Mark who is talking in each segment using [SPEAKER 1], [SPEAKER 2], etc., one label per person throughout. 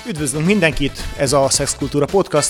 [SPEAKER 1] Üdvözlünk mindenkit, ez a Szexkultúra Podcast.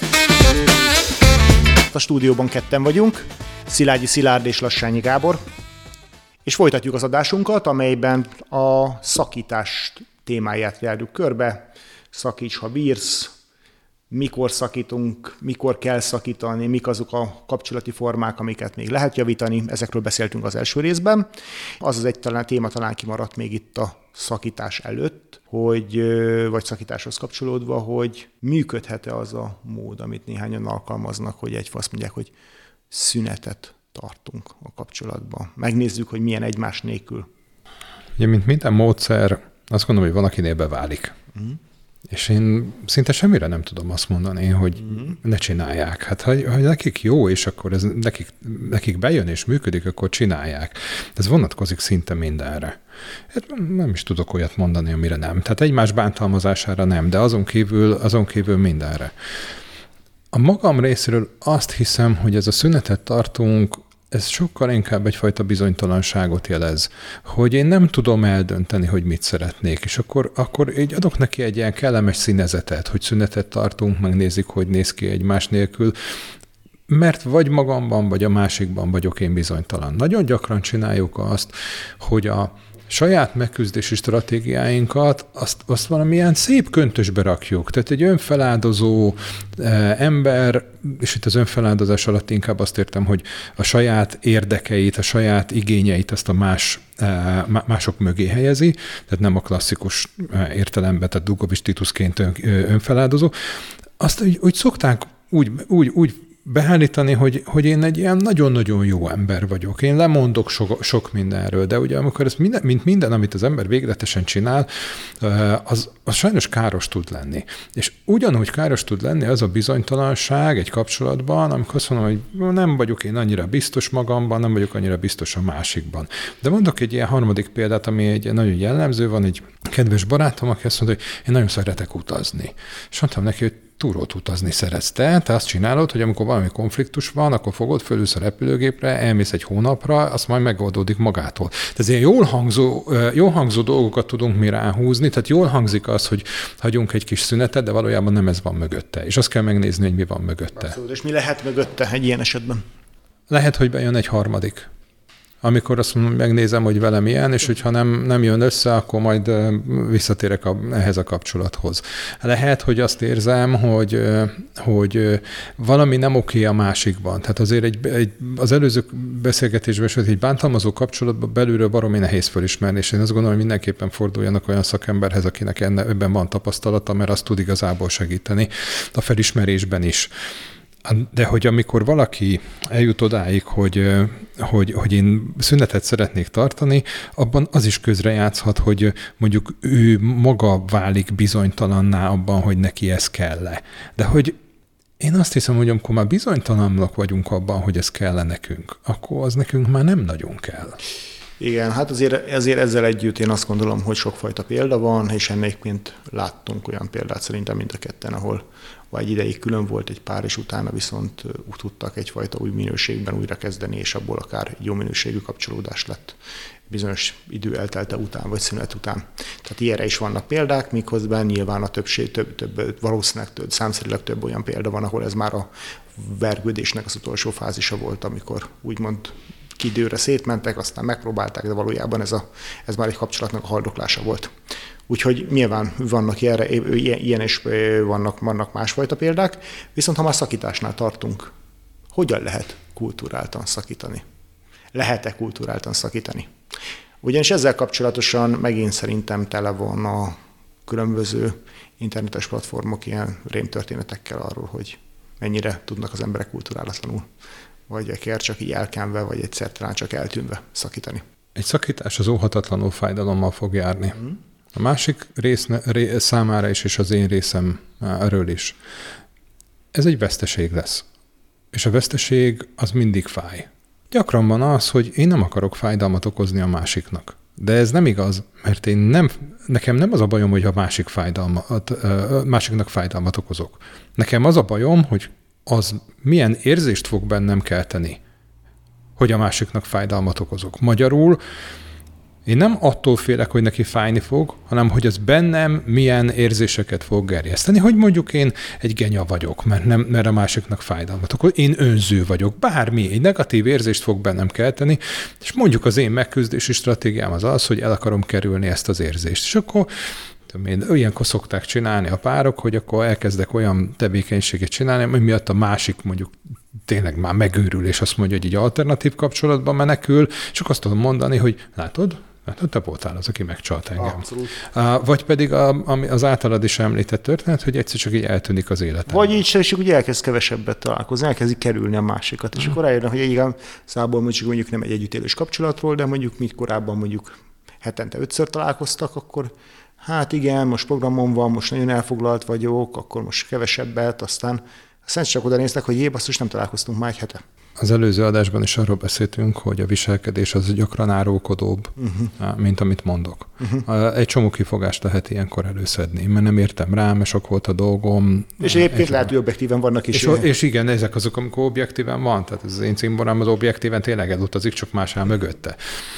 [SPEAKER 1] A stúdióban ketten vagyunk, Szilágyi Szilárd és Lassányi Gábor, és folytatjuk az adásunkat, amelyben a szakítás témáját járjuk körbe. Szakíts, ha bírsz, mikor szakítunk, mikor kell szakítani, mik azok a kapcsolati formák, amiket még lehet javítani. Ezekről beszéltünk az első részben. Az egy téma talán kimaradt még itt a szakítás előtt, vagy szakításhoz kapcsolódva, hogy működhet-e az a mód, amit néhányan alkalmaznak, hogy azt mondják, hogy szünetet tartunk a kapcsolatban. Megnézzük, hogy milyen egymás nélkül.
[SPEAKER 2] Ugye, mint minden módszer, azt gondolom, hogy van, akinél beválik. És én szinte semmire nem tudom azt mondani, hogy ne csinálják. Hát ha nekik jó, és akkor ez nekik bejön és működik, akkor csinálják. Ez vonatkozik szinte mindenre. Hát nem is tudok olyat mondani, amire nem. Tehát egymás bántalmazására nem, de azon kívül mindenre. A magam részéről azt hiszem, hogy ez a szünetet tartunk, ez sokkal inkább egyfajta bizonytalanságot jelez, hogy én nem tudom eldönteni, hogy mit szeretnék, és akkor így adok neki egy ilyen kellemes színezetet, hogy szünetet tartunk, megnézik, hogy néz ki egymás nélkül, mert vagy magamban, vagy a másikban vagyok én bizonytalan. Nagyon gyakran csináljuk azt, hogy a saját megküzdési stratégiáinkat, azt valamilyen szép köntösbe rakjuk. Tehát egy önfeláldozó ember, és itt az önfeláldozás alatt inkább azt értem, hogy a saját érdekeit, a saját igényeit azt a mások mögé helyezi, tehát nem a klasszikus értelemben, tehát Dugovics Titusként önfeláldozó. Azt úgy szokták úgy beállítani, hogy én egy ilyen nagyon-nagyon jó ember vagyok. Én lemondok sok mindenről, de ugye amikor ez mint minden, amit az ember végletesen csinál, az sajnos káros tud lenni. És ugyanúgy káros tud lenni az a bizonytalanság egy kapcsolatban, amikor azt mondom, hogy nem vagyok én annyira biztos magamban, nem vagyok annyira biztos a másikban. De mondok egy ilyen harmadik példát, ami egy nagyon jellemző, van egy kedves barátom, aki azt mondta, hogy én nagyon szeretek utazni. És mondtam neki, hogy túrót utazni szeretsz te azt csinálod, hogy amikor valami konfliktus van, akkor fogod, fölülsz a repülőgépre, elmész egy hónapra, azt majd megoldódik magától. Tehát ilyen jól hangzó dolgokat tudunk mi ráhúzni, tehát jól hangzik az, hogy hagyunk egy kis szünetet, de valójában nem ez van mögötte. És azt kell megnézni, hogy mi van mögötte.
[SPEAKER 1] Abszolút. És mi lehet mögötte egy ilyen esetben?
[SPEAKER 2] Lehet, hogy bejön egy harmadik. Amikor azt megnézem, hogy velem ilyen, és hogyha nem jön össze, akkor majd visszatérek ehhez a kapcsolathoz. Lehet, hogy azt érzem, hogy valami nem oké a másikban. Tehát azért az előző beszélgetésben is, egy bántalmazó kapcsolatban belülről baromi nehéz felismerni, és én azt gondolom, hogy mindenképpen forduljanak olyan szakemberhez, akinek ebben van tapasztalata, mert azt tud igazából segíteni a felismerésben is. De hogy amikor valaki eljut odáig, hogy én szünetet szeretnék tartani, abban az is közrejátszhat, hogy mondjuk ő maga válik bizonytalanná abban, hogy neki ez kell-e. De hogy én azt hiszem, hogy amikor már bizonytalanok vagyunk abban, hogy ez kell nekünk, akkor az nekünk már nem nagyon kell.
[SPEAKER 1] Igen, hát azért ezzel együtt én azt gondolom, hogy sokfajta példa van, és ennek mint láttunk olyan példát szerintem mind a ketten, ahol egy ideig külön volt egy pár, és utána viszont tudtak egyfajta új minőségben újrakezdeni, és abból akár jó minőségű kapcsolódás lett bizonyos idő eltelte után, vagy szünet után. Tehát ilyenre is vannak példák, miközben nyilván a valószínűleg számszerűleg több olyan példa van, ahol ez már a vergődésnek az utolsó fázisa volt, amikor úgymond kidőre szétmentek, aztán megpróbálták, de valójában ez már egy kapcsolatnak a haldoklása volt. Úgyhogy nyilván vannak ilyen és vannak másfajta példák, viszont ha már szakításnál tartunk, hogyan lehet kulturáltan szakítani? Lehet-e kulturáltan szakítani? Ugyanis ezzel kapcsolatosan megint szerintem tele van a különböző internetes platformok ilyen rémtörténetekkel arról, hogy mennyire tudnak az emberek kulturálatlanul, vagy akár csak így elkenve, vagy egyszer talán csak eltűnve szakítani.
[SPEAKER 2] Egy szakítás az óhatatlanul fájdalommal fog járni. A másik rész számára is, és az én részem erről is. Ez egy veszteség lesz. És a veszteség az mindig fáj. Gyakran van az, hogy én nem akarok fájdalmat okozni a másiknak. De ez nem igaz, mert nekem nem az a bajom, hogy a másiknak fájdalmat okozok. Nekem az a bajom, hogy az milyen érzést fog bennem kelteni, hogy a másiknak fájdalmat okozok. Magyarul Én nem attól félek, hogy neki fájni fog, hanem hogy az bennem milyen érzéseket fog gerjeszteni, hogy mondjuk én egy genya vagyok, mert a másiknak fájdalmat. Akkor én önző vagyok, bármi, egy negatív érzést fog bennem kelteni, és mondjuk az én megküzdési stratégiám az, hogy el akarom kerülni ezt az érzést. És akkor ilyenkor szokták csinálni a párok, hogy akkor elkezdek olyan tevékenységet csinálni, ami miatt a másik mondjuk tényleg már megőrül, és azt mondja, hogy egy alternatív kapcsolatban menekül, és akkor azt tudom mondani, hogy látod, te voltál az, aki megcsalt engem.
[SPEAKER 1] Abszolút.
[SPEAKER 2] Vagy pedig az általad is említett történet, hogy egyszer csak így eltűnik az életem.
[SPEAKER 1] Vagy így sem, és úgy elkezd kevesebbet találkozni, elkezdik kerülni a másikat. És akkor rájönnek, hogy igazából mondjuk nem egy együttélős kapcsolatról, de mondjuk mit korábban mondjuk hetente 5-ször találkoztak, akkor hát igen, most programom van, most nagyon elfoglalt vagyok, akkor most kevesebbet, aztán csak oda néznek, hogy basszus, nem találkoztunk már egy hete.
[SPEAKER 2] Az előző adásban is arról beszéltünk, hogy a viselkedés az gyakran árulkodóbb, mint amit mondok. Egy csomó kifogást lehet ilyenkor előszedni, mert nem értem rá, mert sok volt a dolgom.
[SPEAKER 1] És egyébként lehet, hogy objektíven vannak is.
[SPEAKER 2] És igen, ezek azok, amikor objektíven van. Tehát az én cimborám az objektíven tényleg elutazik, csak más áll mögötte.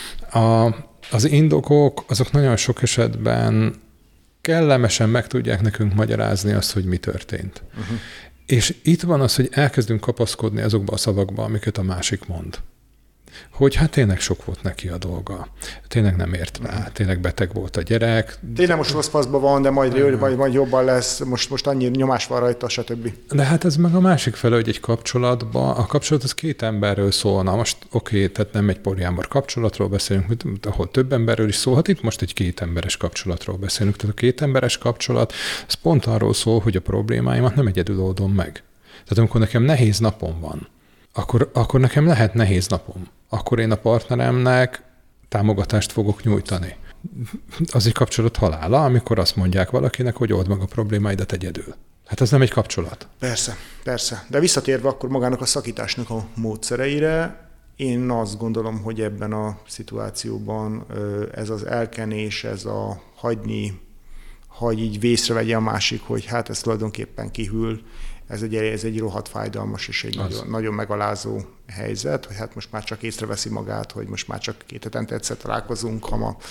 [SPEAKER 2] Az indokok, azok nagyon sok esetben kellemesen meg tudják nekünk magyarázni azt, hogy mi történt. És itt van az, hogy elkezdünk kapaszkodni azokba a szavakba, amiket a másik mond. Hogy hát tényleg sok volt neki a dolga. Tényleg nem ért rá, tényleg beteg volt a gyerek.
[SPEAKER 1] Tényleg most rossz paszban van, de majd jobban lesz, most annyi nyomás van rajta, stb.
[SPEAKER 2] De hát ez meg a másik fele, hogy egy kapcsolatban, a kapcsolat az két emberről szólna. Most tehát nem egy poliámor kapcsolatról beszélünk, ahol több emberről is szólhat, itt most egy két emberes kapcsolatról beszélünk. Tehát a két emberes kapcsolat, az pont arról szól, hogy a problémáimat nem egyedül oldom meg. Tehát amikor nekem nehéz napom van, akkor nekem lehet nehéz napom. Akkor én a partneremnek támogatást fogok nyújtani. Az egy kapcsolat halála, amikor azt mondják valakinek, hogy old meg a problémáidat egyedül. Hát ez nem egy kapcsolat.
[SPEAKER 1] Persze. De visszatérve akkor magának a szakításnak a módszereire, én azt gondolom, hogy ebben a szituációban ez az elkenés, ez a hagy így vészre vegye a másik, hogy hát ez tulajdonképpen kihűl, ez egy rohadt fájdalmas és egy nagyon megalázó helyzet, hogy hát most már csak észreveszi magát, hogy most már csak 2 hetente egyszer találkozunk,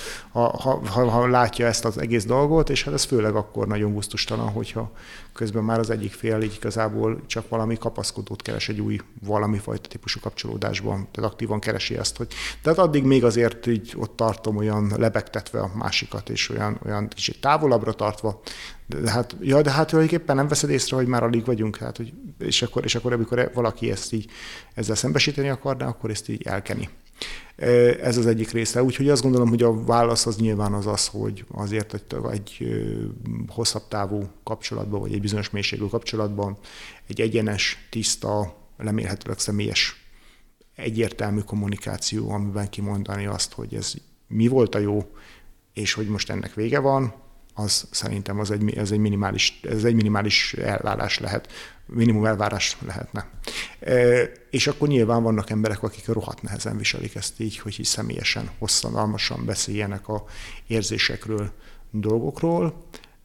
[SPEAKER 1] ha látja ezt az egész dolgot, és hát ez főleg akkor nagyon gusztustalan, hogyha közben már az egyik fél így igazából csak valami kapaszkodót keres egy új valami fajta típusú kapcsolódásban, tehát aktívan keresi ezt, hogy tehát addig még azért így ott tartom olyan lebegtetve a másikat, és olyan kicsit távolabbra tartva, de hát tulajdonképpen nem veszed észre, hogy már alig vagyunk, hát, hogy, és akkor amikor valaki ezt így ezzel szembesíteni akarná, akkor ezt így elkeni. Ez az egyik része. Úgyhogy azt gondolom, hogy a válasz az nyilván az, hogy azért egy hosszabb távú kapcsolatban, vagy egy bizonyos mélységű kapcsolatban egy egyenes, tiszta, remélhetőleg személyes, egyértelmű kommunikáció, amiben kimondani azt, hogy ez mi volt a jó, és hogy most ennek vége van, az szerintem ez egy minimális elvárás lehet, minimum elvárás lehetne. És akkor nyilván vannak emberek, akik rohadt nehezen viselik ezt így, hogy így személyesen, hosszadalmasan beszéljenek a érzésekről, dolgokról.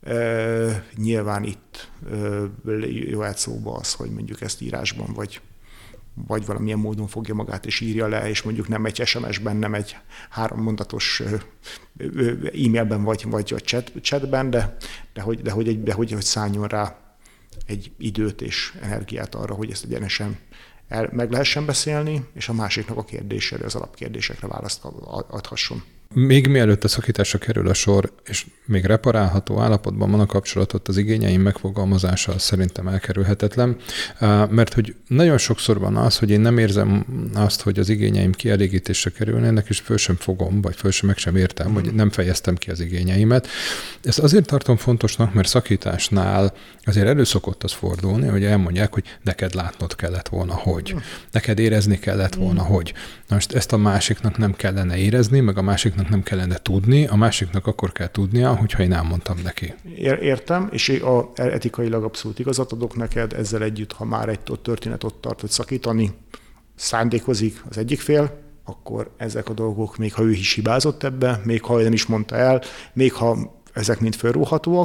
[SPEAKER 1] Nyilván itt jöhet szóba az, hogy mondjuk ezt írásban vagy valamilyen módon fogja magát és írja le, és mondjuk nem egy SMS-ben, nem egy 3 mondatos e-mailben, vagy chatben, de hogy szálljon rá egy időt és energiát arra, hogy ezt egyenesen meg lehessen beszélni, és a másiknak a kérdésére, az alapkérdésekre választ adhasson.
[SPEAKER 2] Még mielőtt a szakításra kerül a sor, és még reparálható állapotban van a kapcsolatot, az igényeim megfogalmazása szerintem elkerülhetetlen, mert hogy nagyon sokszor van az, hogy én nem érzem azt, hogy az igényeim kielégítésre kerülnének, és föl sem fogom, vagy meg sem értem, hogy nem fejeztem ki az igényeimet. Ezt azért tartom fontosnak, mert szakításnál azért előszokott az fordulni, hogy elmondják, hogy neked látnod kellett volna, hogy. Neked érezni kellett volna, hogy. Na most ezt a másiknak nem kellene érezni, meg a másiknak nem kellene tudni, a másiknak akkor kell tudnia, hogyha én elmondtam neki.
[SPEAKER 1] Értem, és etikailag abszolút igazat adok neked, ezzel együtt, ha már egy történet ott tart, hogy szakítani, szándékozik az egyik fél, akkor ezek a dolgok, még ha ő is hibázott ebbe, még ha ő nem is mondta el, még ha ezek mind fölróhatóak,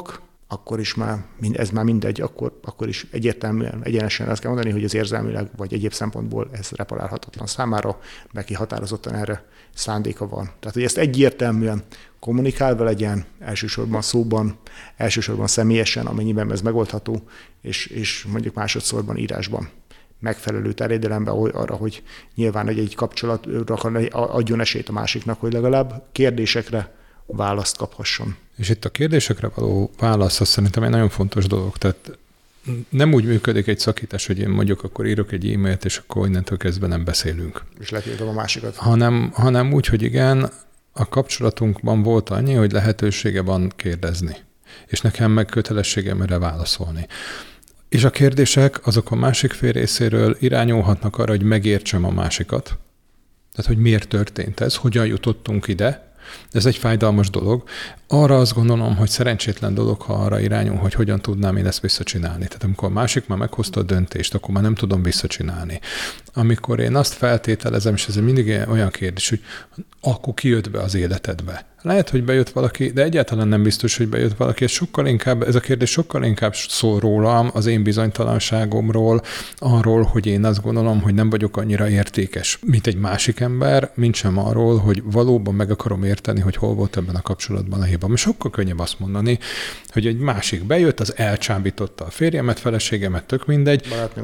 [SPEAKER 1] akkor is ez már mindegy, akkor is egyértelműen, egyenesen azt kell mondani, hogy az érzelmileg vagy egyéb szempontból ez reparálhatatlan számára, neki határozottan erre szándéka van. Tehát, hogy ezt egyértelműen kommunikálva legyen, elsősorban szóban, elsősorban személyesen, amennyiben ez megoldható, és mondjuk másodszorban írásban megfelelő terjedelemben arra, hogy nyilván egy kapcsolatra adjon esélyt a másiknak, hogy legalább kérdésekre választ kaphasson.
[SPEAKER 2] És itt a kérdésekre való válasz, az szerintem egy nagyon fontos dolog. Tehát nem úgy működik egy szakítás, hogy én mondjuk akkor írok egy e-mailt, és akkor innentől kezdve nem beszélünk.
[SPEAKER 1] És letiltom a másikat.
[SPEAKER 2] Hanem úgy, hogy igen, a kapcsolatunkban volt annyi, hogy lehetősége van kérdezni. És nekem meg kötelességem erre válaszolni. És a kérdések azok a másik fél részéről irányulhatnak arra, hogy megértsem a másikat. Tehát, hogy miért történt ez, hogyan jutottunk ide. Ez egy fájdalmas dolog. Arra azt gondolom, hogy szerencsétlen dolog, ha arra irányul, hogy hogyan tudnám én ezt visszacsinálni. Tehát amikor a másik már meghozta a döntést, akkor már nem tudom visszacsinálni. Amikor én azt feltételezem, és ez mindig olyan kérdés, hogy akkor ki jött be az életedbe. Lehet, hogy bejött valaki, de egyáltalán nem biztos, hogy bejött valaki. Ez a kérdés sokkal inkább szól rólam, az én bizonytalanságomról, arról, hogy én azt gondolom, hogy nem vagyok annyira értékes, mint egy másik ember, mint sem arról, hogy valóban meg akarom érteni, hogy hol volt ebben a kapcsolatban a hiba. Mert sokkal könnyebb azt mondani, hogy egy másik bejött, az elcsábította a férjemet, feleségemet, tök mindegy,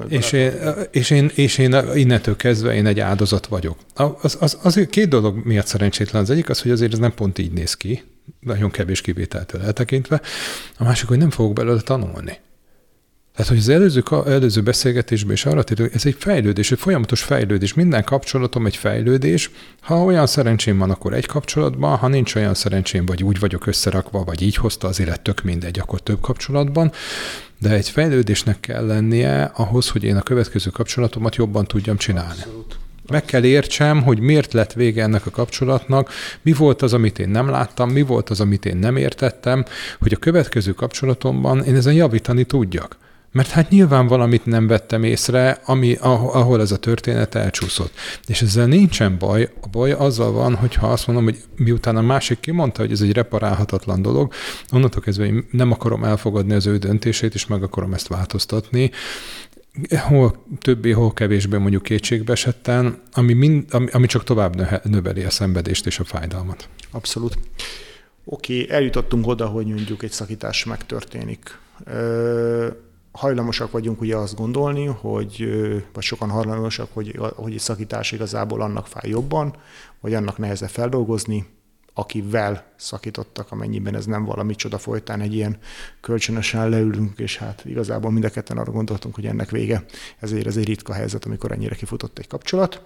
[SPEAKER 2] és én innentől kezdve én egy áldozat vagyok. Az két dolog miatt szerencsétlen. Az egyik az, hogy azért ez nem pont így néz ki, nagyon kevés kivételtől eltekintve. A másik, hogy nem fogok belőle tanulni. Tehát, hogy az előző beszélgetésben is arra tértünk, ez egy fejlődés, egy folyamatos fejlődés. Minden kapcsolatom egy fejlődés. Ha olyan szerencsém van, akkor egy kapcsolatban, ha nincs olyan szerencsém, vagy úgy vagyok összerakva, vagy így hozta az élet, tök mindegy, akkor több kapcsolatban. De egy fejlődésnek kell lennie ahhoz, hogy én a következő kapcsolatomat jobban tudjam csinálni.
[SPEAKER 1] Abszolút.
[SPEAKER 2] Meg kell értsem, hogy miért lett vége ennek a kapcsolatnak, mi volt az, amit én nem láttam, mi volt az, amit én nem értettem, hogy a következő kapcsolatomban én ezen javítani tudjak. Mert hát nyilván valamit nem vettem észre, ahol ez a történet elcsúszott. És ezzel nincsen baj. A baj azzal van, hogyha azt mondom, hogy miután a másik kimondta, hogy ez egy reparálhatatlan dolog, onnantól kezdve én nem akarom elfogadni az ő döntését, és meg akarom ezt változtatni. Hol többé, hol kevésbé mondjuk kétségbe esetten, ami csak tovább növeli a szenvedést és a fájdalmat.
[SPEAKER 1] Abszolút. Oké, eljutottunk oda, hogy mondjuk egy szakítás megtörténik. Hajlamosak vagyunk ugye azt gondolni, vagy sokan hajlamosak, hogy egy szakítás igazából annak fáj jobban, vagy annak nehezebb feldolgozni, akivel szakítottak, amennyiben ez nem valami csoda folytán egy ilyen kölcsönösen leülünk, és hát igazából mind a ketten arra gondoltunk, hogy ennek vége. Ezért ez egy ritka helyzet, amikor ennyire kifutott egy kapcsolat.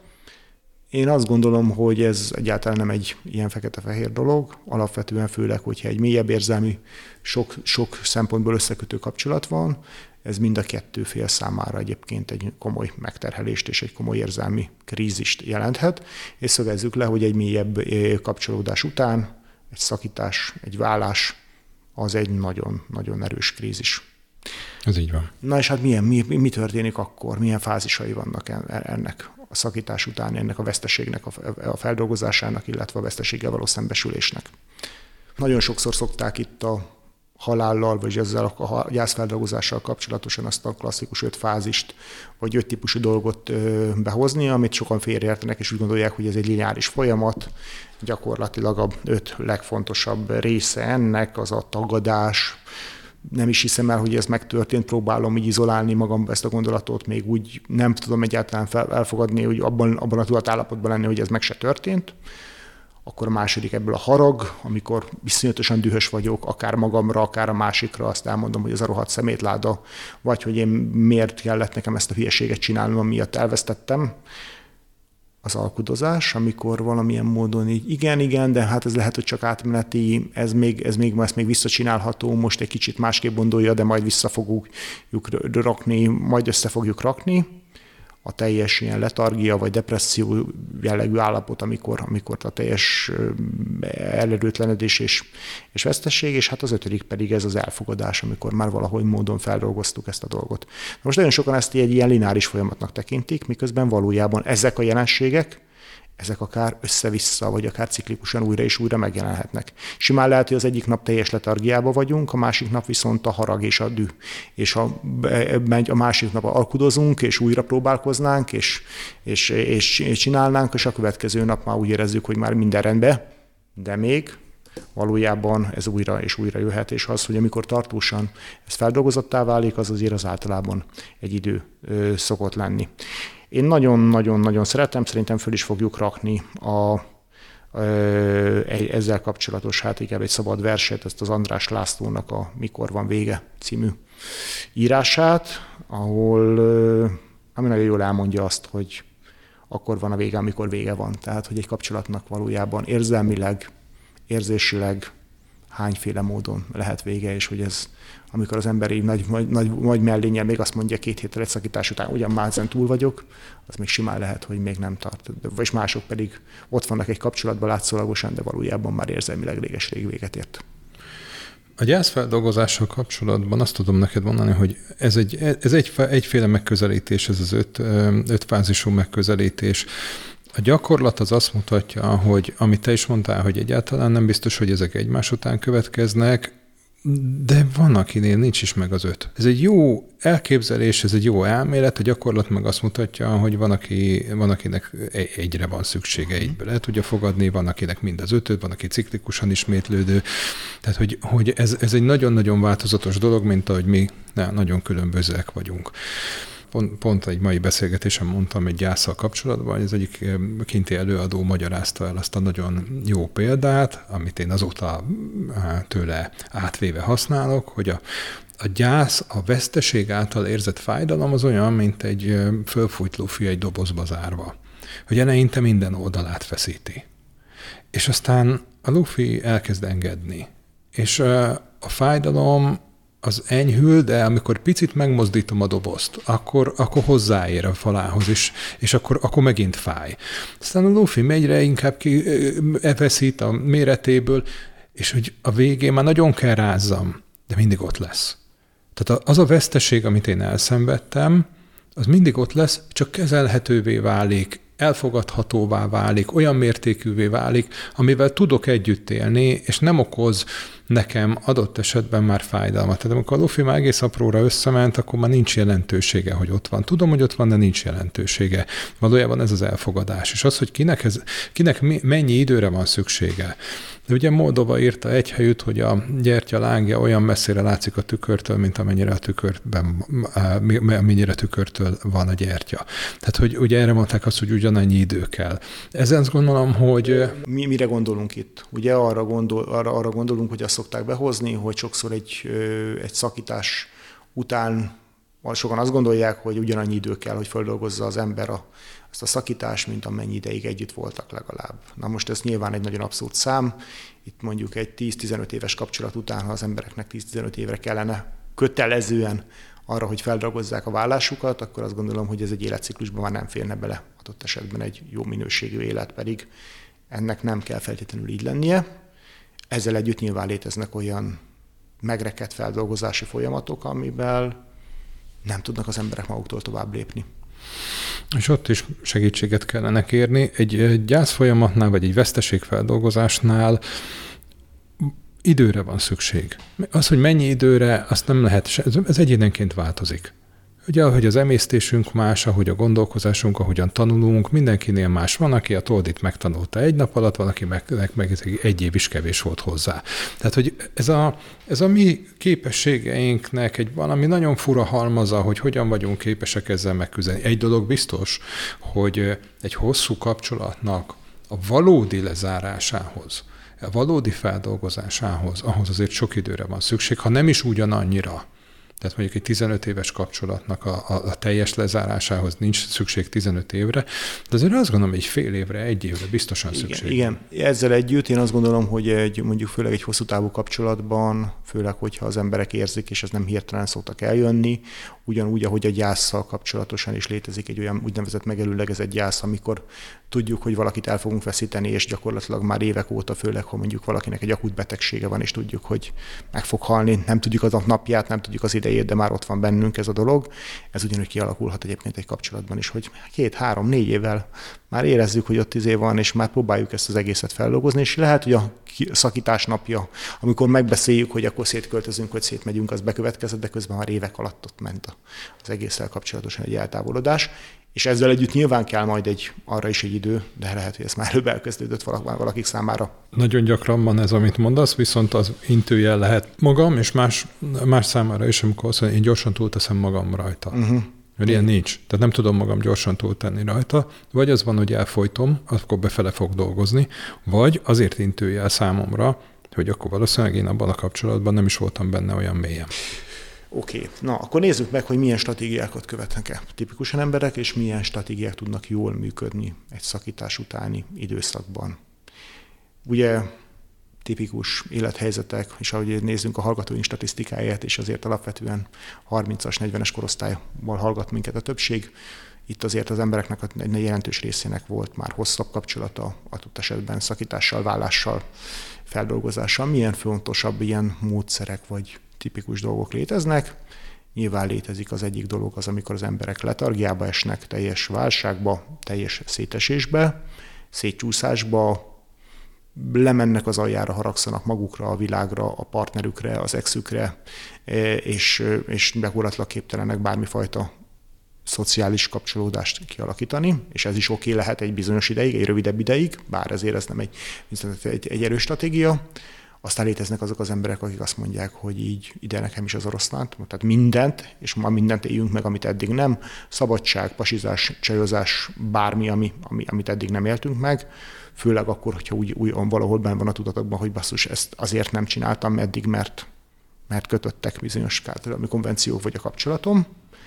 [SPEAKER 1] Én azt gondolom, hogy ez egyáltalán nem egy ilyen fekete-fehér dolog, alapvetően főleg, hogyha egy mélyebb érzelmi, sok szempontból összekötő kapcsolat van, ez mind a kettő fél számára egyébként egy komoly megterhelést és egy komoly érzelmi krízist jelenthet, és szögezzük le, hogy egy mélyebb kapcsolódás után egy szakítás, egy válás, az egy nagyon erős krízis.
[SPEAKER 2] Ez így van.
[SPEAKER 1] Na és hát mi történik akkor? Milyen fázisai vannak ennek a szakítás után, ennek a veszteségnek a feldolgozásának, illetve a veszteséggel való szembesülésnek? Nagyon sokszor szokták itt a halállal, vagy ezzel a gyászfeldolgozással kapcsolatosan azt a klasszikus 5 fázist, vagy 5 típusú dolgot behozni, amit sokan félreértenek, és úgy gondolják, hogy ez egy lineáris folyamat. Gyakorlatilag a 5 legfontosabb része ennek az a tagadás. Nem is hiszem el, hogy ez megtörtént, próbálom így izolálni magamba ezt a gondolatot, még úgy nem tudom egyáltalán elfogadni, hogy abban a tudatállapotban lenni, hogy ez meg se történt. Akkor a második ebből a harag, amikor viszonyatosan dühös vagyok, akár magamra, akár a másikra, azt elmondom, hogy ez a rohadt szemétláda, vagy hogy én miért kellett nekem ezt a hülyeséget csinálnom, amiatt elvesztettem. Az alkudozás, amikor valamilyen módon így igen, de hát ez lehet, hogy csak átmeneti, ezt még visszacsinálható, most egy kicsit másképp gondolja, de majd vissza fogjuk rakni, majd össze fogjuk rakni. A teljes ilyen letargia vagy depresszió jellegű állapot, amikor a teljes ellerőtlenedés és vesztesség, és hát az 5. pedig ez az elfogadás, amikor már valahogy módon feldolgoztuk ezt a dolgot. Most nagyon sokan ezt egy ilyen lineáris folyamatnak tekintik, miközben valójában ezek a jelenségek ezek akár össze-vissza, vagy akár ciklikusan újra és újra megjelenhetnek. Simán lehet, hogy az egyik nap teljes letargiában vagyunk, a másik nap viszont a harag és a düh. És a másik nap alkudozunk, és újra próbálkoznánk, és csinálnánk, és a következő nap már úgy érezzük, hogy már minden rendben, de még valójában ez újra és újra jöhet, és az, hogy amikor tartósan ez feldolgozottá válik, az azért az általában egy idő szokott lenni. Én nagyon-nagyon-nagyon szeretem, szerintem föl is fogjuk rakni ezzel kapcsolatos, hát inkább egy szabad verset, ezt az András Lászlónak a Mikor van vége című írását, ami nagyon jól elmondja azt, hogy akkor van a vége, amikor vége van. Tehát, hogy egy kapcsolatnak valójában érzelmileg, érzésileg hányféle módon lehet vége, és hogy ez, amikor az ember így nagy mellénnyel még azt mondja 2 héttel egy szakítás után, ugyan már ezen túl vagyok, az még simán lehet, hogy még nem tart. És mások pedig ott vannak egy kapcsolatban látszólagosan, de valójában már érzelmileg réges-rég véget ért.
[SPEAKER 2] A gyászfeldolgozással kapcsolatban azt tudom neked mondani, hogy ez egyféle megközelítés, ez az 5 fázisú megközelítés. A gyakorlat az azt mutatja, hogy amit te is mondtál, hogy egyáltalán nem biztos, hogy ezek egymás után következnek, de van, akinél nincs is meg az 5. Ez egy jó elképzelés, ez egy jó elmélet, a gyakorlat meg azt mutatja, hogy van, akinek egyre van szüksége, egybe le tudja fogadni, van, akinek mind az 5, van, aki ciklikusan ismétlődő. Tehát, hogy ez egy nagyon-nagyon változatos dolog, mint ahogy mi nagyon különbözőek vagyunk. Pont egy mai beszélgetésen mondtam egy gyászsal kapcsolatban, hogy az egyik kinti előadó magyarázta el azt a nagyon jó példát, amit én azóta tőle átvéve használok, hogy a gyász, a veszteség által érzett fájdalom az olyan, mint egy fölfújt lufi egy dobozba zárva. Hogy eleinte minden oldalát feszíti. És aztán a lufi elkezd engedni. És a fájdalom az enyhül, de amikor picit megmozdítom a dobozt, akkor hozzáér a falához is, és akkor megint fáj. Aztán a lufi egyre inkább elveszít a méretéből, és hogy a végén már nagyon kell rázzam, de mindig ott lesz. Tehát az a veszteség, amit én elszenvedtem, az mindig ott lesz, csak kezelhetővé válik, elfogadhatóvá válik, olyan mértékűvé válik, amivel tudok együtt élni, és nem okoz nekem adott esetben már fájdalmat. Tehát amikor a lufi már egész apróra összement, akkor már nincs jelentősége, hogy ott van. Tudom, hogy ott van, de nincs jelentősége. Valójában ez az elfogadás. És az, hogy kinek mennyi időre van szüksége. De ugye Moldova írta egy helyütt, hogy a gyertya lángja olyan messzire látszik a tükörtől, mint amennyire tükörtől van a gyertya. Tehát, hogy ugye erre mondták azt, hogy ugyanannyi idő kell. Ezen azt gondolom, hogy...
[SPEAKER 1] Mire gondolunk itt? Ugye arra gondolunk, hogy azt szokták behozni, hogy sokszor egy szakítás után sokan azt gondolják, hogy ugyanannyi idő kell, hogy feldolgozza az ember azt a szakítást, mint amennyi ideig együtt voltak legalább. Na most ez nyilván egy nagyon abszurd szám. Itt mondjuk egy 10-15 éves kapcsolat után, ha az embereknek 10-15 évre kellene kötelezően arra, hogy feldolgozzák a vállásukat, akkor azt gondolom, hogy ez egy életciklusban már nem férne bele. Adott esetben egy jó minőségű élet, pedig ennek nem kell feltétlenül így lennie. Ezzel együtt nyilván léteznek olyan megrekedt feldolgozási folyamatok, amivel nem tudnak az emberek maguktól tovább lépni.
[SPEAKER 2] És ott is segítséget kellene kérni. Egy gyászfolyamatnál, vagy egy veszteségfeldolgozásnál időre van szükség. Az, hogy mennyi időre, azt nem lehet, ez egyénenként változik. Ugye, ahogy az emésztésünk más, ahogy a gondolkozásunk, ahogyan tanulunk, mindenkinél más. Van, aki a toldit megtanulta 1 nap alatt, van, aki meg 1 év is kevés volt hozzá. Tehát, hogy ez a mi képességeinknek egy valami nagyon fura halmaza, hogy hogyan vagyunk képesek ezzel megküzdeni. Egy dolog biztos, hogy egy hosszú kapcsolatnak a valódi lezárásához, a valódi feldolgozásához, ahhoz azért sok időre van szükség, ha nem is ugyanannyira. Tehát mondjuk egy 15 éves kapcsolatnak a teljes lezárásához nincs szükség 15 évre, de azért azt gondolom, hogy egy fél évre, 1 évre biztosan szükség.
[SPEAKER 1] Igen. Ezzel együtt én azt gondolom, hogy mondjuk főleg egy hosszú távú kapcsolatban, főleg, hogyha az emberek érzik, és ez nem hirtelen szoktak eljönni, ugyanúgy, ahogy a gyásszal kapcsolatosan is létezik egy olyan úgynevezett megelőlegezett gyász, amikor tudjuk, hogy valakit el fogunk veszíteni, és gyakorlatilag már évek óta, főleg, ha mondjuk valakinek egy akut betegsége van, és tudjuk, hogy meg fog halni, nem tudjuk az napját, nem tudjuk az idejét, de már ott van bennünk ez a dolog. Ez ugyanúgy kialakulhat egyébként egy kapcsolatban is, hogy 2, 3, 4 évvel már érezzük, hogy ott van, és már próbáljuk ezt az egészet feldolgozni, és lehet, hogy a szakítás napja, amikor megbeszéljük, hogy akkor szétköltözünk, hogy szétmegyünk, az bekövetkezett, de közben már évek alatt ott ment az egésszel kapcsolatosan egy eltávolodás. És ezzel együtt nyilván kell majd arra is egy idő, de lehet, hogy ez már előbb elkezdődött valakik számára.
[SPEAKER 2] Nagyon gyakran van ez, amit mondasz, viszont az intőjel lehet magam, és más számára is, amikor azt mondja, én gyorsan túlteszem magam rajta. Mert ilyen nincs. Tehát nem tudom magam gyorsan túltenni rajta, vagy az van, hogy elfolytom, akkor befele fog dolgozni, vagy azért intőjel számomra, hogy akkor valószínűleg én abban a kapcsolatban nem is voltam benne olyan mélyen.
[SPEAKER 1] Oké. Na, akkor nézzük meg, hogy milyen stratégiákat követnek tipikusan emberek, és milyen stratégiák tudnak jól működni egy szakítás utáni időszakban. Ugye tipikus élethelyzetek, és ahogy nézzünk a hallgatóink statisztikáját, és azért alapvetően 30-as, 40-es korosztályból hallgat minket a többség. Itt azért az embereknek egy jelentős részének volt már hosszabb kapcsolata, adott esetben szakítással, vállással, feldolgozással. Milyen fontosabb ilyen módszerek vagy tipikus dolgok léteznek? Nyilván létezik az egyik dolog az, amikor az emberek letargiába esnek, teljes válságba, teljes szétesésbe, szétcsúszásba, lemennek az aljára, haragszanak magukra, a világra, a partnerükre, az exükre, és gyakorlatilag képtelenek bármifajta szociális kapcsolódást kialakítani, és ez is oké lehet egy bizonyos ideig, egy rövidebb ideig, bár ezért ez nem egy erős stratégia. Aztán léteznek azok az emberek, akik azt mondják, hogy így ide nekem is az oroszlánt, tehát mindent, és ma mindent éljünk meg, amit eddig nem. Szabadság, pasizás, csajozás, bármi, amit eddig nem éltünk meg. Főleg akkor, hogyha úgy valahol benne van a tudatokban, hogy basszus, ezt azért nem csináltam eddig, mert kötöttek bizonyos konvenciók vagy a kapcsolatom.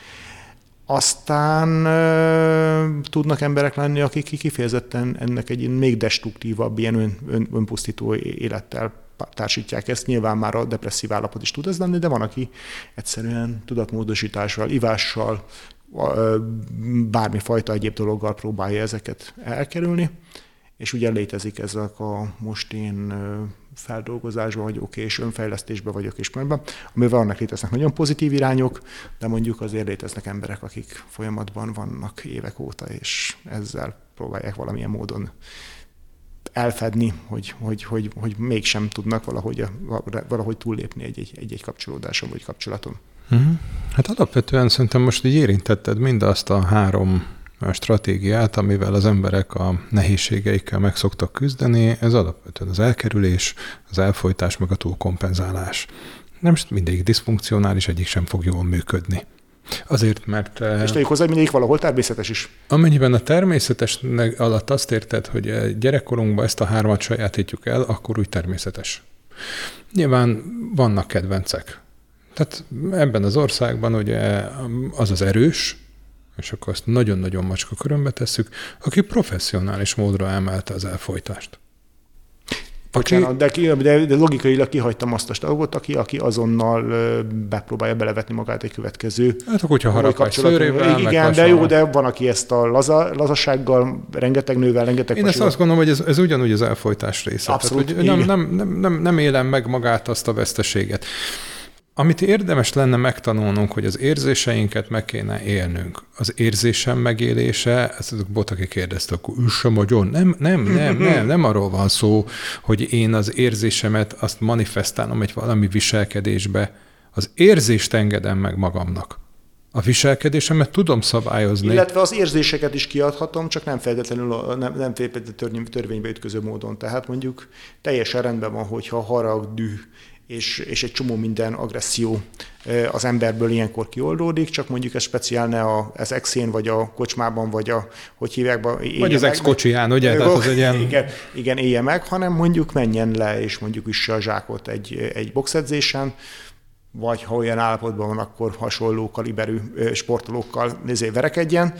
[SPEAKER 1] Aztán tudnak emberek lenni, akik kifejezetten ennek egy még destruktívabb, ilyen önpusztító élettel társítják ezt. Nyilván már a depresszív állapot is tud ez lenni, de van, aki egyszerűen tudatmódosítással, ivással, bármifajta egyéb dologgal próbálja ezeket elkerülni. És ugye létezik ezek a most én feldolgozásban vagyok, és önfejlesztésben vagyok, és mondjuk, amivel annak léteznek nagyon pozitív irányok, de mondjuk azért léteznek emberek, akik folyamatban vannak évek óta, és ezzel próbálják valamilyen módon elfedni, hogy mégsem tudnak valahogy túllépni egy kapcsolódáson vagy kapcsolaton.
[SPEAKER 2] Hát alapvetően szerintem most így érintetted mindazt a 3 stratégiát, amivel az emberek a nehézségeikkel meg szoktak küzdeni, ez alapvetően az elkerülés, az elfojtás, meg a túlkompenzálás. Nem mindig diszfunkcionális, egyik sem fog jól működni. Azért, mert...
[SPEAKER 1] És tegyük hozzá, hogy mindig valahol természetes is.
[SPEAKER 2] Amennyiben a természetes alatt azt érted, hogy gyerekkorunkban ezt a 3 sajátítjuk el, akkor úgy természetes. Nyilván vannak kedvencek. Tehát ebben az országban ugye az erős, és akkor azt nagyon-nagyon macska körömbe tesszük, aki professzionális módra emelte az elfojtást.
[SPEAKER 1] Bocsánat, de logikailag kihagytam azt a dolgot, aki azonnal bepróbálja belevetni magát egy következő.
[SPEAKER 2] Hát akkor, hogyha harapás szőrével,
[SPEAKER 1] igen, de jó, de van, aki ezt a lazasággal, rengeteg nővel, rengeteg
[SPEAKER 2] Én ezt azt gondolom, hogy ez ugyanúgy az elfojtás része.
[SPEAKER 1] Abszolút.
[SPEAKER 2] Tehát, hogy nem élem meg magát azt a veszteséget. Amit érdemes lenne megtanulnunk, hogy az érzéseinket meg kéne élnünk. Az érzésem megélése, ezt Bot, aki kérdezte, akkor üssem agyon. Nem arról van szó, hogy én az érzésemet azt manifestálom egy valami viselkedésbe. Az érzést engedem meg magamnak. A viselkedésemet tudom szabályozni.
[SPEAKER 1] Illetve az érzéseket is kiadhatom, csak nem feltétlenül törvénybe ütköző módon. Tehát mondjuk teljesen rendben van, hogyha harag, düh, és egy csomó minden agresszió az emberből ilyenkor kioldódik, csak mondjuk ez speciál ne az exén, vagy a kocsmában, vagy hogy hívják be.
[SPEAKER 2] Vagy az ex-kocsiján, ugye? Tehát az egy ilyen...
[SPEAKER 1] Igen, élje meg, hanem mondjuk menjen le, és mondjuk üsse a zsákot egy boxedzésen, vagy ha olyan állapotban van, akkor hasonló kaliberű sportolókkal verekedjen,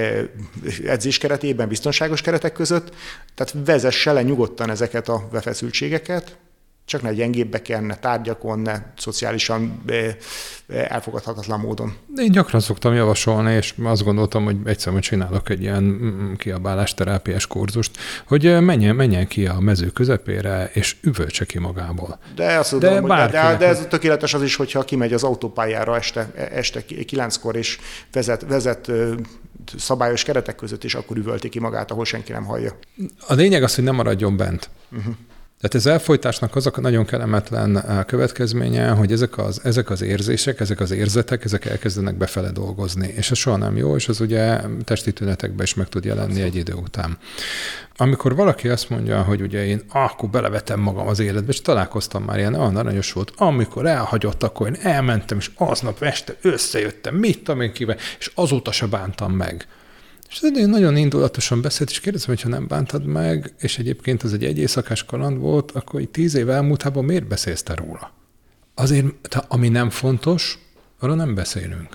[SPEAKER 1] edzés keretében, biztonságos keretek között, tehát vezesse le nyugodtan ezeket a feszültségeket, csak ne gyengébbeken, ne tárgyakon, ne szociálisan elfogadhatatlan módon.
[SPEAKER 2] Én gyakran szoktam javasolni, és azt gondoltam, hogy egyszer majd csinálok egy ilyen kiabálásterápiás kurzust, hogy menjen ki a mező közepére, és üvöltse ki magából.
[SPEAKER 1] De azt tudom, de ez tökéletes az is, hogyha kimegy az autópályára este 9-kor, és vezet szabályos keretek között, és akkor üvölti ki magát, ahol senki nem hallja.
[SPEAKER 2] A lényeg az, hogy nem maradjon bent. Tehát ez elfojtásnak az a nagyon kellemetlen következménye, hogy ezek az érzések, ezek az érzetek, ezek elkezdenek befele dolgozni. És ez soha nem jó, és az ugye testi tünetekben is meg tud jelenni egy idő után. Amikor valaki azt mondja, hogy ugye én akkor belevetem magam az életbe, és találkoztam már ilyen, aranyos volt, amikor elhagyott, akkor én elmentem, és aznap este összejöttem, mit tudom én kivel, és azóta se bántam meg. És én nagyon indulatosan beszélt, és kérdezem, hogy ha nem bántad meg, és egyébként ez egy éjszakás kaland volt, akkor így 10 év elmúltában miért beszélsz te róla? Azért, ami nem fontos, arra nem beszélünk.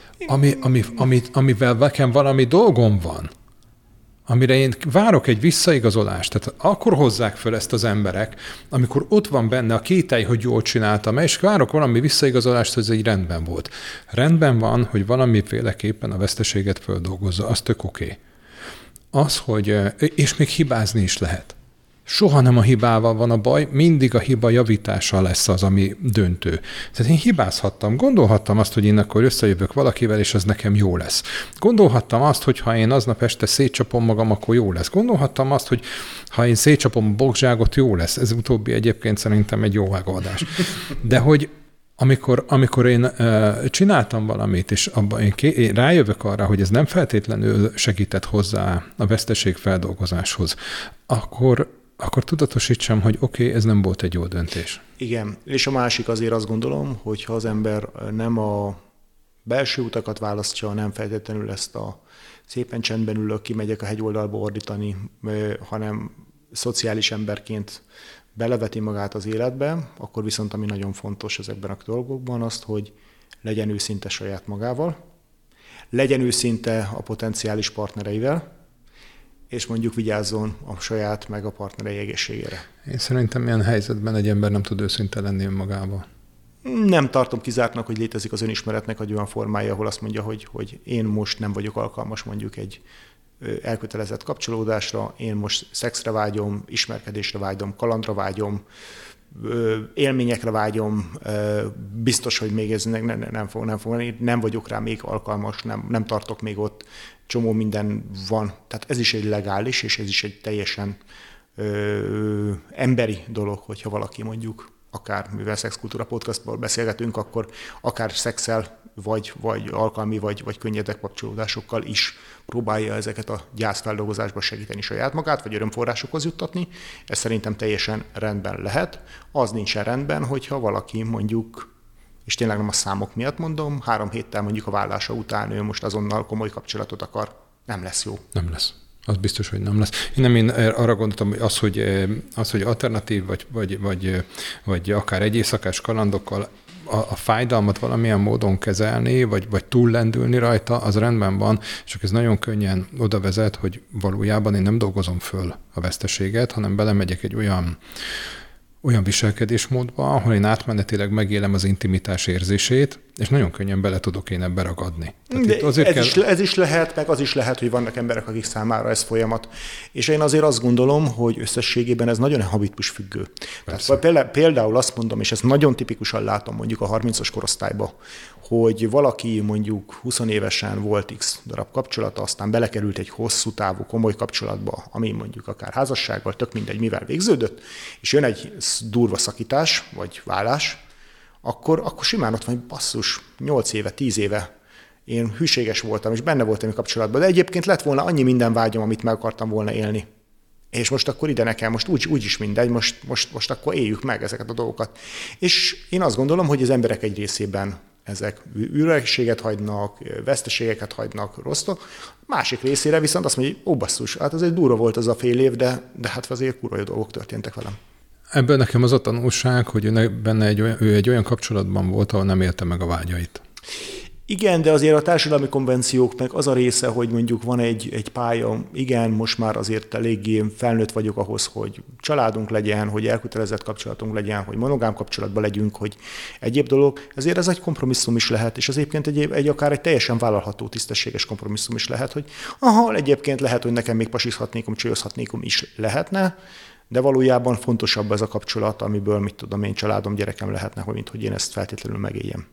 [SPEAKER 2] Amivel nekem valami dolgom van, amire én várok egy visszaigazolást, tehát akkor hozzák föl ezt az emberek, amikor ott van benne a kételj, hogy jól csináltam, és várok valami visszaigazolást, hogy ez így rendben volt. Rendben van, hogy valamiféleképpen a veszteséget földolgozza, az tök oké. Az, hogy, és még hibázni is lehet. Soha nem a hibával van a baj, mindig a hiba javítása lesz az, ami döntő. Tehát én hibázhattam, gondolhattam azt, hogy én akkor összejövök valakivel, és az nekem jó lesz. Gondolhattam azt, hogy ha én aznap este szétcsapom magam, akkor jó lesz. Gondolhattam azt, hogy ha én szétcsapom a boxzságot, jó lesz. Ez utóbbi egyébként szerintem egy jó megoldás. De hogy amikor én csináltam valamit, és abban én rájövök arra, hogy ez nem feltétlenül segített hozzá a veszteség feldolgozáshoz, akkor tudatosítsam, hogy oké, ez nem volt egy jó döntés.
[SPEAKER 1] Igen, és a másik azért azt gondolom, hogy ha az ember nem a belső utakat választja, nem feltétlenül ezt a szépen csendben ülök, kimegyek a hegyoldalba ordítani, hanem szociális emberként beleveti magát az életbe, akkor viszont ami nagyon fontos ezekben a dolgokban azt, hogy legyen őszinte saját magával, legyen őszinte a potenciális partnereivel, és mondjuk vigyázzon a saját meg a partnerei egészségére.
[SPEAKER 2] Én szerintem ilyen helyzetben egy ember nem tud őszinte lenni önmagával.
[SPEAKER 1] Nem tartom kizártnak, hogy létezik az önismeretnek egy olyan formája, ahol azt mondja, hogy én most nem vagyok alkalmas mondjuk egy elkötelezett kapcsolódásra, én most szexre vágyom, ismerkedésre vágyom, kalandra élményekre vágyom, biztos, hogy még ez nem vagyok rá még alkalmas, nem tartok még ott, csomó minden van. Tehát ez is egy legális, és ez is egy teljesen emberi dolog, hogyha valaki mondjuk, akár mivel Szexkultúra Podcastból beszélgetünk, akkor akár szexel, vagy alkalmi, vagy könnyedek kapcsolódásokkal is próbálja ezeket a gyászfeldolgozásba segíteni saját magát, vagy örömforrásokhoz juttatni. Ez szerintem teljesen rendben lehet. Az nincsen rendben, hogyha valaki mondjuk, és tényleg nem a számok miatt mondom, 3 héttel mondjuk a vállása után ő most azonnal komoly kapcsolatot akar. Nem lesz jó.
[SPEAKER 2] Nem lesz. Az biztos, hogy nem lesz. Én arra gondoltam, hogy hogy alternatív, vagy akár egy éjszakás kalandokkal a fájdalmat valamilyen módon kezelni, vagy túllendülni rajta, az rendben van, csak ez nagyon könnyen oda vezet, hogy valójában én nem dolgozom föl a veszteséget, hanem belemegyek egy olyan viselkedésmódba, ahol én átmenetileg megélem az intimitás érzését, és nagyon könnyen bele tudok én ebbe ragadni.
[SPEAKER 1] Ez is lehet, meg az is lehet, hogy vannak emberek, akik számára ez folyamat. És én azért azt gondolom, hogy összességében ez nagyon habitus függő. Tehát például azt mondom, és ezt nagyon tipikusan látom mondjuk a 30-as korosztályban, hogy valaki mondjuk 20 évesen volt X darab kapcsolata, aztán belekerült egy hosszú távú, komoly kapcsolatba, ami mondjuk akár házassággal, tök mindegy, mivel végződött, és jön egy durva szakítás, vagy vállás, akkor simán ott van, hogy basszus, 8 éve, 10 éve én hűséges voltam, és benne voltam a kapcsolatban, de egyébként lett volna annyi minden vágyam, amit meg akartam volna élni. És most akkor ide nekem, most úgy is mindegy, most akkor éljük meg ezeket a dolgokat. És én azt gondolom, hogy az emberek egy részében ezek ürességet hagynak, veszteségeket hagynak, rosszok. Másik részére viszont azt mondja, hogy basszus, hát azért durva volt az a fél év, de hát azért kurva jó dolgok történtek velem.
[SPEAKER 2] Ebből nekem az a tanulság, hogy ő egy olyan kapcsolatban volt, ahol nem élte meg a vágyait.
[SPEAKER 1] Igen, de azért a társadalmi konvencióknak az a része, hogy mondjuk van egy pálya, igen, most már azért eléggé felnőtt vagyok ahhoz, hogy családunk legyen, hogy elkötelezett kapcsolatunk legyen, hogy monogám kapcsolatban legyünk, hogy egyéb dolog. Ezért ez egy kompromisszum is lehet, és az egyébként akár egy teljesen vállalható, tisztességes kompromisszum is lehet, hogy egyébként lehet, hogy nekem még pasizhatnékom, csőzhatnékom is lehetne, de valójában fontosabb ez a kapcsolat, amiből, mit tudom én, családom, gyerekem lehetne, mint hogy én ezt feltétlenül megéljem.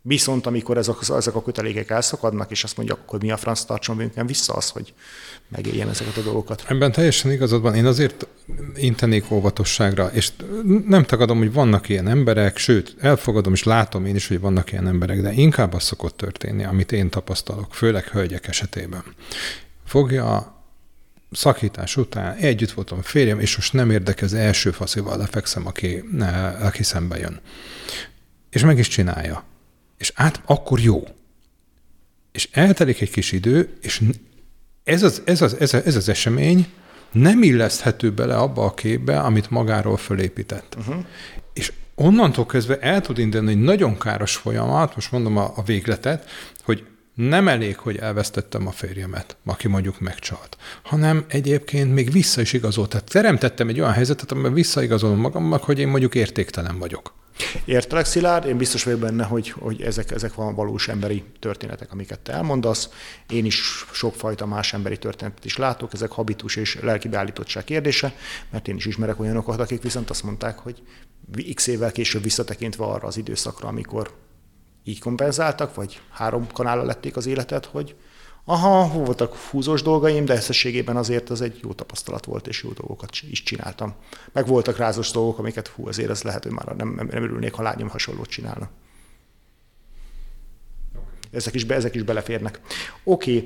[SPEAKER 1] Viszont amikor ezek a kötelékek elszakadnak, és azt mondja, akkor mi a franc tartson bennünket vissza az, hogy megéljen ezeket a dolgokat.
[SPEAKER 2] Ebben teljesen igazad van. Én azért intenék óvatosságra, és nem tagadom, hogy vannak ilyen emberek, sőt, elfogadom, és látom én is, hogy vannak ilyen emberek, de inkább az szokott történni, amit én tapasztalok, főleg hölgyek esetében. Fogja szakítás után, együtt voltam a férjem, és most nem érdekel, az első faszival lefekszem, aki szembe jön. És meg is csinálja. És akkor jó. És eltelik egy kis idő, és ez az esemény nem illeszthető bele abba a képbe, amit magáról fölépített. És onnantól kezdve el tud indulni egy nagyon káros folyamat, most mondom a végletet, hogy nem elég, hogy elvesztettem a férjemet, aki mondjuk megcsalt, hanem egyébként még vissza is igazolt. Tehát teremtettem egy olyan helyzetet, amiben visszaigazolom magamnak, hogy én mondjuk értéktelen vagyok.
[SPEAKER 1] Értelek, Szilárd, én biztos vagyok benne, hogy ezek van valós emberi történetek, amiket te elmondasz. Én is sokfajta más emberi történetet is látok, ezek habitus és lelki beállítottság kérdése, mert én is ismerek olyanokat, akik viszont azt mondták, hogy x évvel később visszatekintve arra az időszakra, amikor így kompenzáltak, vagy 3 kanállal lették az életet, hogy voltak húzós dolgaim, de összességében azért az egy jó tapasztalat volt, és jó dolgokat is csináltam. Meg voltak rázos dolgok, amiket azért ez lehet, hogy már nem örülnék, ha lányom hasonlót csinálna. Ezek is beleférnek. Oké.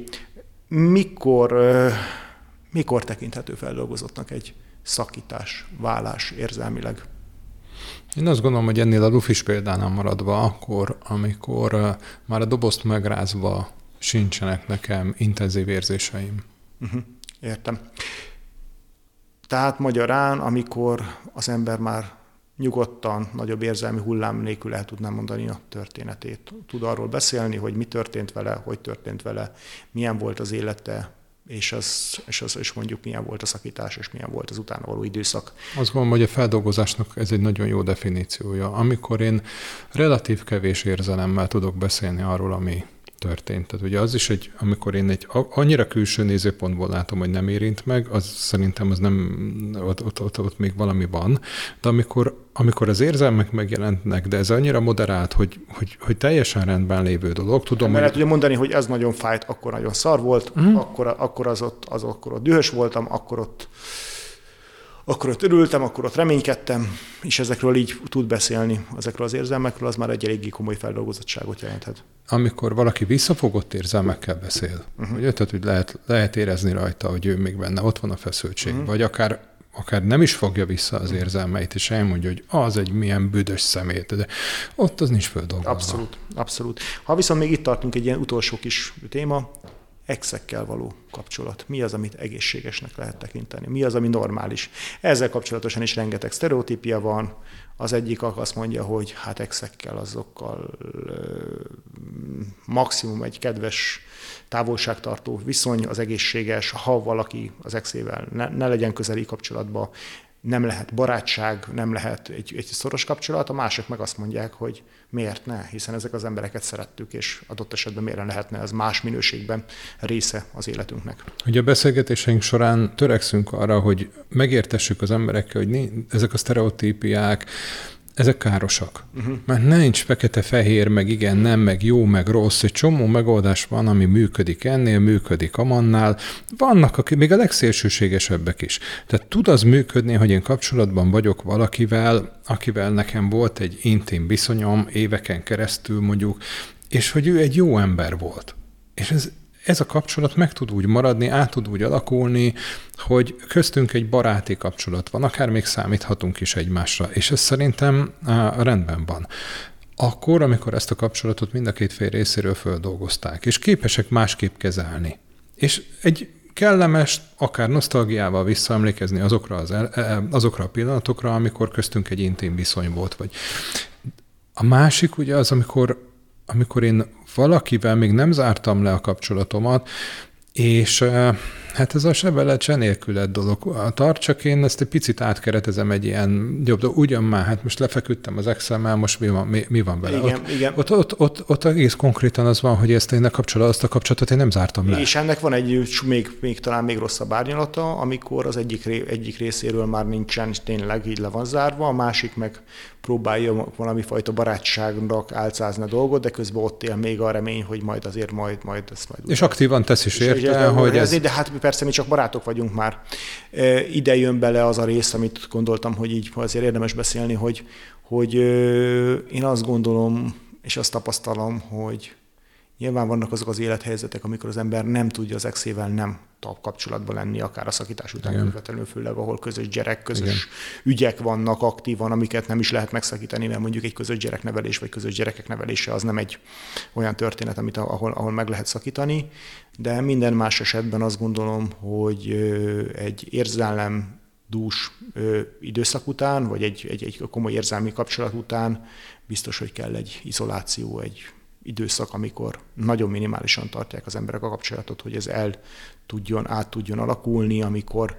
[SPEAKER 1] Mikor tekinthető feldolgozottnak egy szakítás, válás érzelmileg?
[SPEAKER 2] Én azt gondolom, hogy ennél a lufis példánál maradva, akkor, amikor már a dobozt megrázva sincsenek nekem intenzív érzéseim.
[SPEAKER 1] Értem. Tehát magyarán, amikor az ember már nyugodtan, nagyobb érzelmi hullám nélkül el tudná mondani a történetét. Tud arról beszélni, hogy mi történt vele, hogy történt vele, milyen volt az élete, és mondjuk milyen volt a szakítás, és milyen volt az utána való időszak.
[SPEAKER 2] Azt gondolom, hogy a feldolgozásnak ez egy nagyon jó definíciója. Amikor én relatív kevés érzelemmel tudok beszélni arról, ami történt. Tehát ugye az is amikor én annyira külső nézőpontból látom, hogy nem érint meg, az szerintem az nem, ott még valami van, de amikor az érzelmek megjelentnek, de ez annyira moderált, hogy teljesen rendben lévő dolog, tudom,
[SPEAKER 1] mert lehet ugye mondani, hogy ez nagyon fájt, akkor nagyon szar volt, akkor ott dühös voltam, akkor ott örültem, akkor ott reménykedtem, és ezekről így tud beszélni, ezekről az érzelmekről, az már egy eléggé komoly feldolgozottságot jelenthet.
[SPEAKER 2] Amikor valaki visszafogott érzelmekkel beszél, ugye, tehát hogy lehet érezni rajta, hogy ő még benne, ott van a feszültség, vagy akár nem is fogja vissza az érzelmeit, és elmondja, hogy az egy milyen büdös szemét, de ott az nincs földolgozva.
[SPEAKER 1] Abszolút. Ha viszont még itt tartunk, egy ilyen utolsó kis téma, exekkel való kapcsolat. Mi az, amit egészségesnek lehet tekinteni? Mi az, ami normális? Ezzel kapcsolatosan is rengeteg sztereotípia van. Az egyik azt mondja, hogy hát exekkel, azokkal maximum egy kedves távolságtartó viszony, az egészséges, ha valaki az exével ne legyen közeli kapcsolatban, nem lehet barátság, nem lehet egy szoros kapcsolat, a mások meg azt mondják, hogy miért ne, hiszen ezek az embereket szerettük, és adott esetben miért lehetne ez más minőségben része az életünknek.
[SPEAKER 2] Ugye a beszélgetéseink során törekszünk arra, hogy megértessük az emberekkel, hogy ezek a sztereotípiák, ezek károsak. Mert nincs fekete-fehér, meg igen, nem, meg jó, meg rossz. Egy csomó megoldás van, ami működik ennél, működik amannál. Vannak még a legszélsőségesebbek is. Tehát tud az működni, hogy én kapcsolatban vagyok valakivel, akivel nekem volt egy intim viszonyom éveken keresztül mondjuk, és hogy ő egy jó ember volt. És ez a kapcsolat meg tud úgy maradni, át tud úgy alakulni, hogy köztünk egy baráti kapcsolat van, akár még számíthatunk is egymásra, és ez szerintem rendben van. Akkor, amikor ezt a kapcsolatot mind a két fél részéről földolgozták, és képesek másképp kezelni. És egy kellemes, akár nosztalgiával visszaemlékezni azokra a pillanatokra, amikor köztünk egy intim viszony volt. Vagy. A másik ugye az, amikor én valakivel még nem zártam le a kapcsolatomat, és Hát ez a se veled, se nélküled dolog. A tart, csak én ezt egy picit átkeretezem egy ilyen jobb dolog. Ugyan már, hát most lefeküdtem az Excel-mel, most mi van vele?
[SPEAKER 1] Igen.
[SPEAKER 2] Ott egész konkrétan az van, hogy ezt a kapcsolatot én nem zártam le.
[SPEAKER 1] És ennek van egy még talán még rosszabb árnyalata, amikor az egyik részéről már nincsen, tényleg így le van zárva, a másik meg próbálja valami fajta barátságnak álcázni a dolgot, de közben ott él még a remény, hogy majd ezt majd.
[SPEAKER 2] És aktívan tesz is érte, hogy ez...
[SPEAKER 1] De hát persze mi csak barátok vagyunk már. Ide jön bele az a rész, amit gondoltam, hogy így azért érdemes beszélni, hogy én azt gondolom, és azt tapasztalom, hogy nyilván vannak azok az élethelyzetek, amikor az ember nem tudja az exével nem kapcsolatban lenni, akár a szakítás után közvetlenül, főleg ahol közös gyerek, közös ügyek vannak aktívan, amiket nem is lehet megszakítani, mert mondjuk egy közös gyereknevelés vagy közös gyerekek nevelése az nem egy olyan történet, ahol meg lehet szakítani, de minden más esetben azt gondolom, hogy egy érzelemdús időszak után, vagy egy komoly érzelmi kapcsolat után biztos, hogy kell egy izoláció, egy időszak, amikor nagyon minimálisan tartják az emberek a kapcsolatot, hogy ez át tudjon alakulni, amikor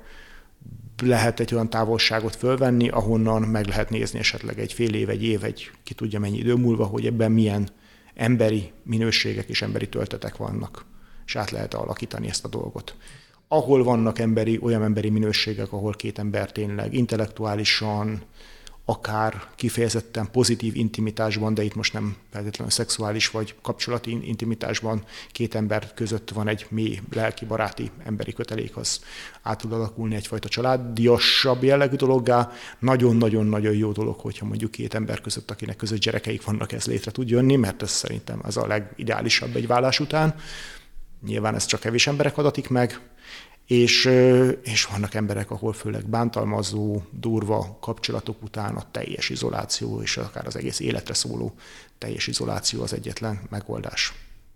[SPEAKER 1] lehet egy olyan távolságot fölvenni, ahonnan meg lehet nézni esetleg egy fél év, egy év, ki tudja mennyi idő múlva, hogy ebben milyen emberi minőségek és emberi töltetek vannak, és át lehet alakítani ezt a dolgot. Ahol vannak olyan emberi minőségek, ahol két ember tényleg intellektuálisan, akár kifejezetten pozitív intimitásban, de itt most nem feltétlenül szexuális vagy kapcsolati intimitásban két ember között van egy mély lelki, baráti, emberi kötelék, az át tud alakulni egyfajta családiasabb jellegű dologgá. Nagyon-nagyon-nagyon jó dolog, hogyha mondjuk két ember között, akinek között gyerekeik vannak, ez létre tud jönni, mert ez szerintem az a legideálisabb egy vállás után. Nyilván ezt csak kevés emberek adatik meg, és vannak emberek, ahol főleg bántalmazó, durva kapcsolatok után a teljes izoláció, és akár az egész életre szóló teljes izoláció az egyetlen megoldás.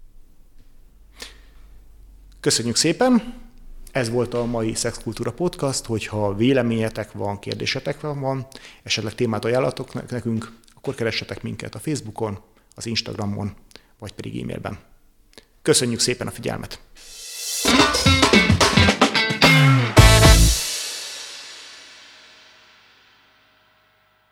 [SPEAKER 1] Köszönjük szépen! Ez volt a mai Szexkultúra Podcast, hogyha véleményetek van, kérdésetek van, esetleg témát ajánlatok nekünk, akkor keressetek minket a Facebookon, az Instagramon, vagy pedig e-mailben. Köszönjük szépen a figyelmet!